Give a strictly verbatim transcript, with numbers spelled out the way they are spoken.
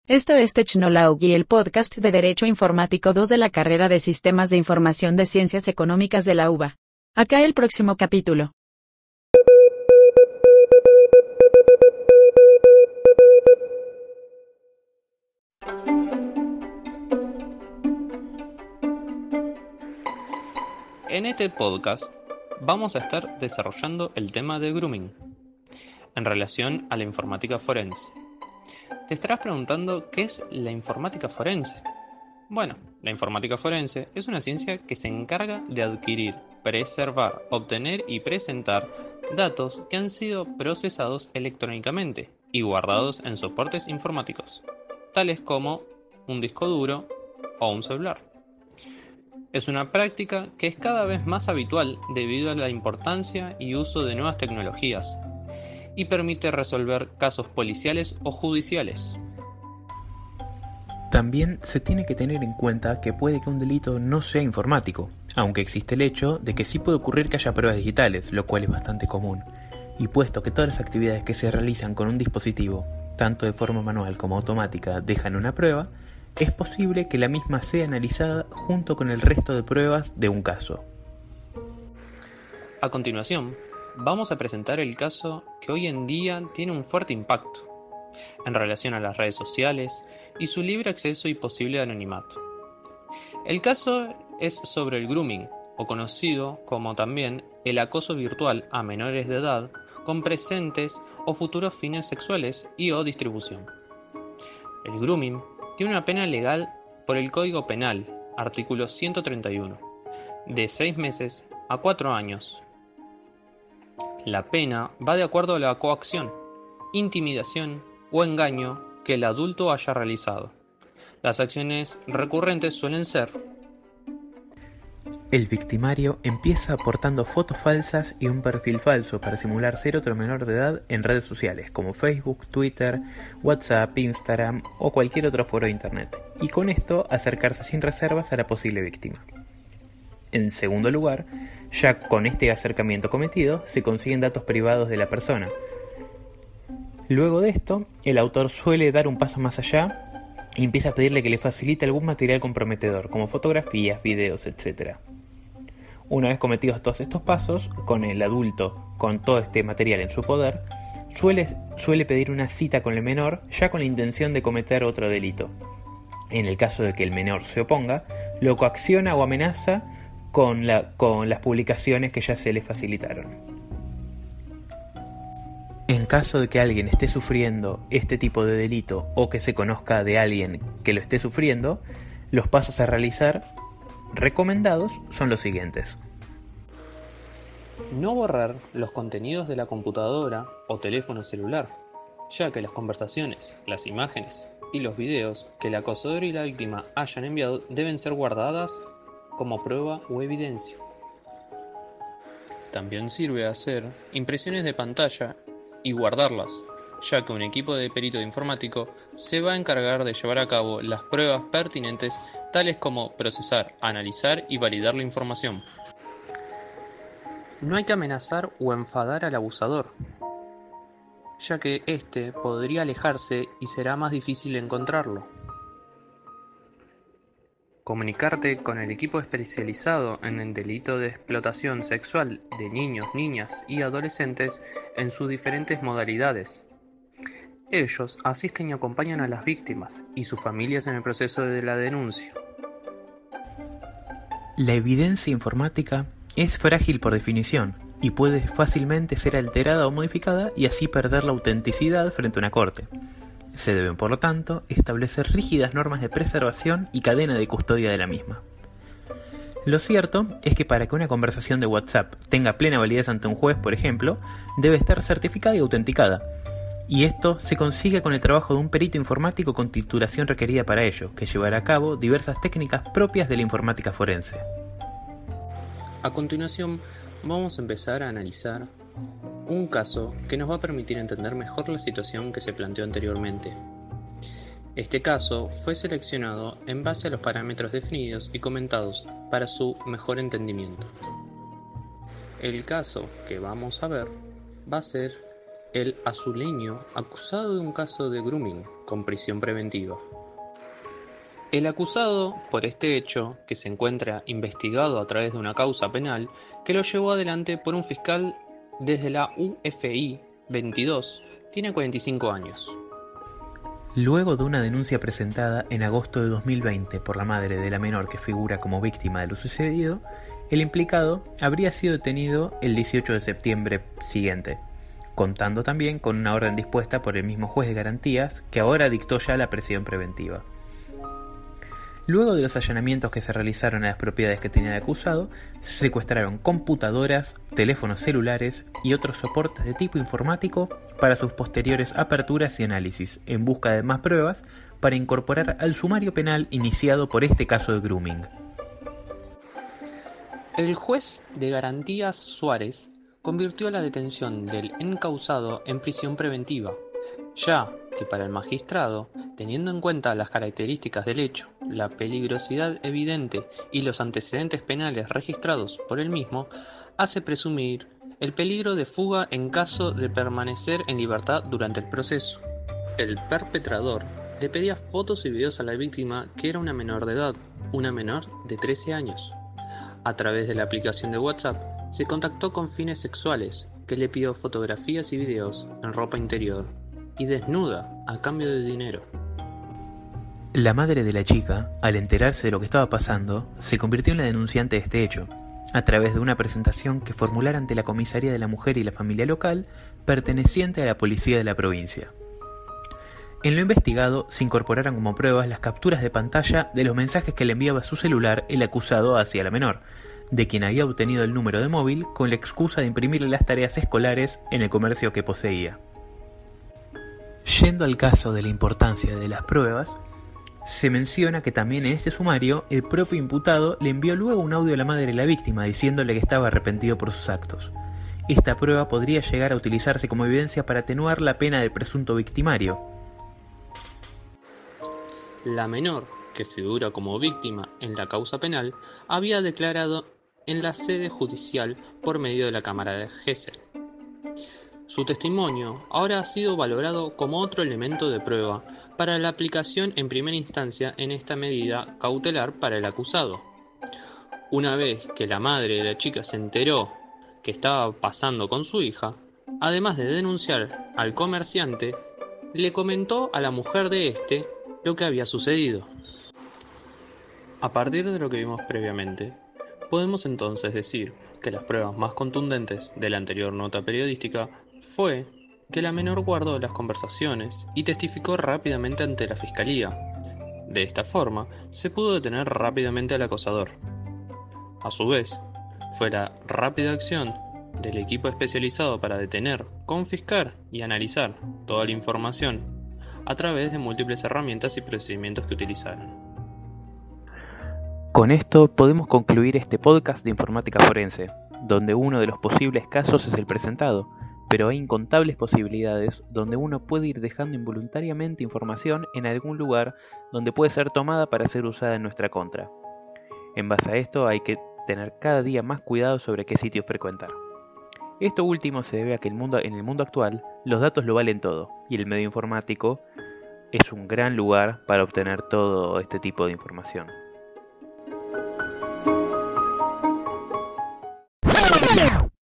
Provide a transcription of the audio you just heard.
Esto es Technology, el podcast de Derecho Informático dos de la carrera de Sistemas de Información de Ciencias Económicas de la U B A. Acá el próximo capítulo. En este podcast vamos a estar desarrollando el tema de grooming en relación a la informática forense. Te estarás preguntando ¿qué es la informática forense? Bueno, la informática forense es una ciencia que se encarga de adquirir, preservar, obtener y presentar datos que han sido procesados electrónicamente y guardados en soportes informáticos, tales como un disco duro o un celular. Es una práctica que es cada vez más habitual debido a la importancia y uso de nuevas tecnologías y permite resolver casos policiales o judiciales. También se tiene que tener en cuenta que puede que un delito no sea informático, aunque existe el hecho de que sí puede ocurrir que haya pruebas digitales, lo cual es bastante común. Y puesto que todas las actividades que se realizan con un dispositivo, tanto de forma manual como automática, dejan una prueba, es posible que la misma sea analizada junto con el resto de pruebas de un caso. A continuación, vamos a presentar el caso que hoy en día tiene un fuerte impacto en relación a las redes sociales y su libre acceso y posible anonimato. El caso es sobre el grooming, o conocido como también el acoso virtual a menores de edad con presentes o futuros fines sexuales y o distribución. El grooming tiene una pena legal por el Código Penal, artículo ciento treinta y uno, de seis meses a cuatro años. La pena va de acuerdo a la coacción, intimidación o engaño que el adulto haya realizado. Las acciones recurrentes suelen ser: el victimario empieza aportando fotos falsas y un perfil falso para simular ser otro menor de edad en redes sociales como Facebook, Twitter, WhatsApp, Instagram o cualquier otro foro de internet, y con esto acercarse sin reservas a la posible víctima. En segundo lugar, ya con este acercamiento cometido, se consiguen datos privados de la persona. Luego de esto, el autor suele dar un paso más allá y empieza a pedirle que le facilite algún material comprometedor, como fotografías, videos, etcétera. Una vez cometidos todos estos pasos, con el adulto con todo este material en su poder, suele, suele pedir una cita con el menor, ya con la intención de cometer otro delito. En el caso de que el menor se oponga, lo coacciona o amenaza con, la, con las publicaciones que ya se le facilitaron. En caso de que alguien esté sufriendo este tipo de delito o que se conozca de alguien que lo esté sufriendo, los pasos a realizar recomendados son los siguientes. no borrar los contenidos de la computadora o teléfono celular, ya que las conversaciones, las imágenes y los videos que el acosador y la víctima hayan enviado deben ser guardadas como prueba o evidencia. También sirve hacer impresiones de pantalla y guardarlas, ya que un equipo de perito informático se va a encargar de llevar a cabo las pruebas pertinentes, tales como procesar, analizar y validar la información. No hay que amenazar o enfadar al abusador, ya que éste podría alejarse y será más difícil encontrarlo. Comunicarte con el equipo especializado en el delito de explotación sexual de niños, niñas y adolescentes en sus diferentes modalidades. Ellos asisten y acompañan a las víctimas y sus familias en el proceso de la denuncia. La evidencia informática es frágil por definición y puede fácilmente ser alterada o modificada y así perder la autenticidad frente a una corte. Se deben, por lo tanto, establecer rígidas normas de preservación y cadena de custodia de la misma. Lo cierto es que para que una conversación de WhatsApp tenga plena validez ante un juez, por ejemplo, debe estar certificada y autenticada. Y esto se consigue con el trabajo de un perito informático con titulación requerida para ello, que llevará a cabo diversas técnicas propias de la informática forense. A continuación, vamos a empezar a analizar un caso que nos va a permitir entender mejor la situación que se planteó anteriormente. Este caso fue seleccionado en base a los parámetros definidos y comentados para su mejor entendimiento. El caso que vamos a ver va a ser el azuleño acusado de un caso de grooming con prisión preventiva. El acusado por este hecho, que se encuentra investigado a través de una causa penal que lo llevó adelante por un fiscal desde la U F I veintidós, tiene cuarenta y cinco años. Luego de una denuncia presentada en agosto de dos mil veinte por la madre de la menor que figura como víctima de lo sucedido, el implicado habría sido detenido el dieciocho de septiembre siguiente, contando también con una orden dispuesta por el mismo juez de garantías que ahora dictó ya la prisión preventiva. Luego de los allanamientos que se realizaron a las propiedades que tenía el acusado, se secuestraron computadoras, teléfonos celulares y otros soportes de tipo informático para sus posteriores aperturas y análisis, en busca de más pruebas para incorporar al sumario penal iniciado por este caso de grooming. El juez de garantías Suárez convirtió la detención del encausado en prisión preventiva, ya que para el magistrado, teniendo en cuenta las características del hecho, la peligrosidad evidente y los antecedentes penales registrados por el mismo, hace presumir el peligro de fuga en caso de permanecer en libertad durante el proceso. El perpetrador le pedía fotos y videos a la víctima, que era una menor de edad, una menor de trece años. A través de la aplicación de WhatsApp, se contactó con fines sexuales, que le pidió fotografías y videos en ropa interior y desnuda a cambio de dinero. La madre de la chica, al enterarse de lo que estaba pasando, se convirtió en la denunciante de este hecho, a través de una presentación que formulara ante la Comisaría de la Mujer y la Familia local, perteneciente a la policía de la provincia. En lo investigado se incorporaron como pruebas las capturas de pantalla de los mensajes que le enviaba a su celular el acusado hacia la menor, de quien había obtenido el número de móvil con la excusa de imprimirle las tareas escolares en el comercio que poseía. Yendo al caso de la importancia de las pruebas, se menciona que también en este sumario el propio imputado le envió luego un audio a la madre de la víctima diciéndole que estaba arrepentido por sus actos. Esta prueba podría llegar a utilizarse como evidencia para atenuar la pena del presunto victimario. La menor, que figura como víctima en la causa penal, había declarado en la sede judicial por medio de la Cámara de Gesell. Su testimonio ahora ha sido valorado como otro elemento de prueba para la aplicación en primera instancia en esta medida cautelar para el acusado. Una vez que la madre de la chica se enteró que estaba pasando con su hija, además de denunciar al comerciante, le comentó a la mujer de este lo que había sucedido. A partir de lo que vimos previamente, podemos entonces decir que las pruebas más contundentes de la anterior nota periodística fue que la menor guardó las conversaciones y testificó rápidamente ante la fiscalía. De esta forma, se pudo detener rápidamente al acosador. A su vez, fue la rápida acción del equipo especializado para detener, confiscar y analizar toda la información a través de múltiples herramientas y procedimientos que utilizaron. Con esto podemos concluir este podcast de informática forense, donde uno de los posibles casos es el presentado, pero hay incontables posibilidades donde uno puede ir dejando involuntariamente información en algún lugar donde puede ser tomada para ser usada en nuestra contra. En base a esto hay que tener cada día más cuidado sobre qué sitio frecuentar. Esto último se debe a que el mundo, en el mundo actual los datos lo valen todo, y el medio informático es un gran lugar para obtener todo este tipo de información.